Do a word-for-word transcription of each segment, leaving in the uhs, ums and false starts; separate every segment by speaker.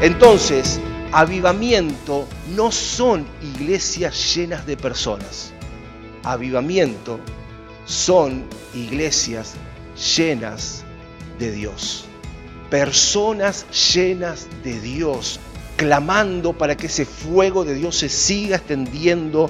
Speaker 1: Entonces, avivamiento no son iglesias llenas de personas. Avivamiento son iglesias llenas de Dios. Personas llenas de Dios, clamando para que ese fuego de Dios se siga extendiendo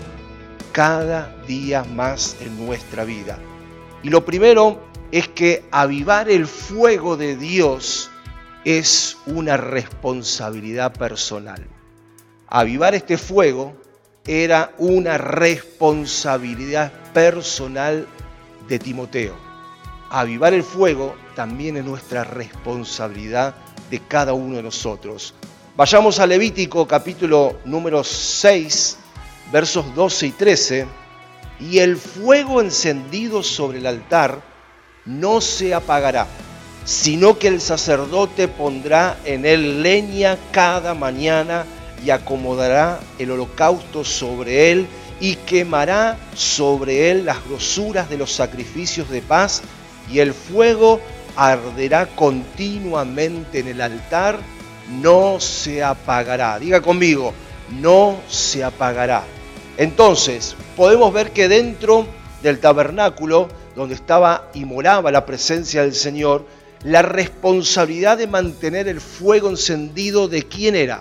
Speaker 1: cada día más en nuestra vida. Y lo primero es que avivar el fuego de Dios es una responsabilidad personal. Avivar este fuego era una responsabilidad personal de Timoteo. Avivar el fuego también es nuestra responsabilidad de cada uno de nosotros. Vayamos a Levítico capítulo número seis, versos doce y trece. Y el fuego encendido sobre el altar no se apagará, sino que el sacerdote pondrá en él leña cada mañana y acomodará el holocausto sobre él y quemará sobre él las grosuras de los sacrificios de paz, y el fuego arderá continuamente en el altar, no se apagará. Diga conmigo, no se apagará. Entonces, podemos ver que dentro del tabernáculo, donde estaba y moraba la presencia del Señor, la responsabilidad de mantener el fuego encendido, ¿de quién era?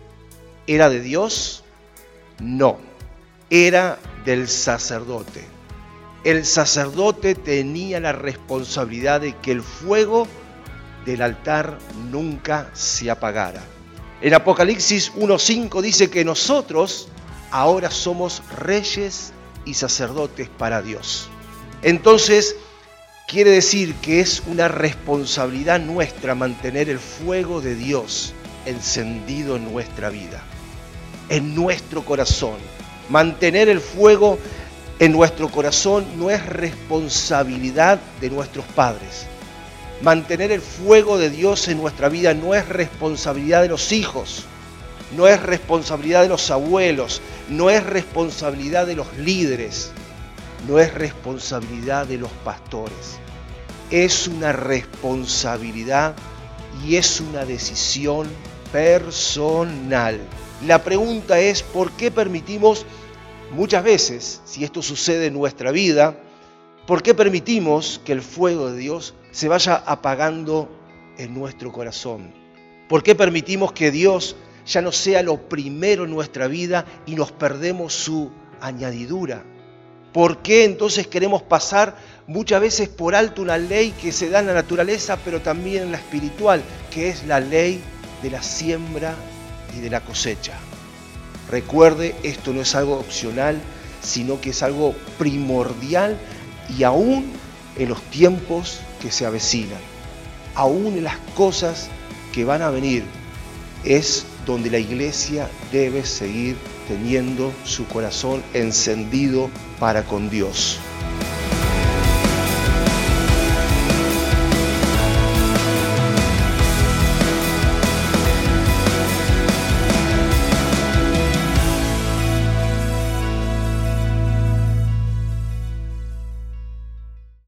Speaker 1: ¿Era de Dios? No, era del sacerdote. El sacerdote tenía la responsabilidad de que el fuego del altar nunca se apagara. En Apocalipsis uno cinco dice que nosotros ahora somos reyes y sacerdotes para Dios. Entonces, quiere decir que es una responsabilidad nuestra mantener el fuego de Dios encendido en nuestra vida, en nuestro corazón. Mantener el fuego en nuestro corazón no es responsabilidad de nuestros padres. Mantener el fuego de Dios en nuestra vida no es responsabilidad de los hijos, no es responsabilidad de los abuelos, no es responsabilidad de los líderes, no es responsabilidad de los pastores. Es una responsabilidad y es una decisión personal. La pregunta es, ¿por qué permitimos muchas veces, si esto sucede en nuestra vida, por qué permitimos que el fuego de Dios se vaya apagando en nuestro corazón? ¿Por qué permitimos que Dios ya no sea lo primero en nuestra vida y nos perdemos su añadidura? ¿Por qué entonces queremos pasar muchas veces por alto una ley que se da en la naturaleza, pero también en la espiritual, que es la ley de la siembra y de la cosecha? Recuerde, esto no es algo opcional, sino que es algo primordial, y aún en los tiempos que se avecinan, aún en las cosas que van a venir, es donde la iglesia debe seguir teniendo su corazón encendido para con Dios.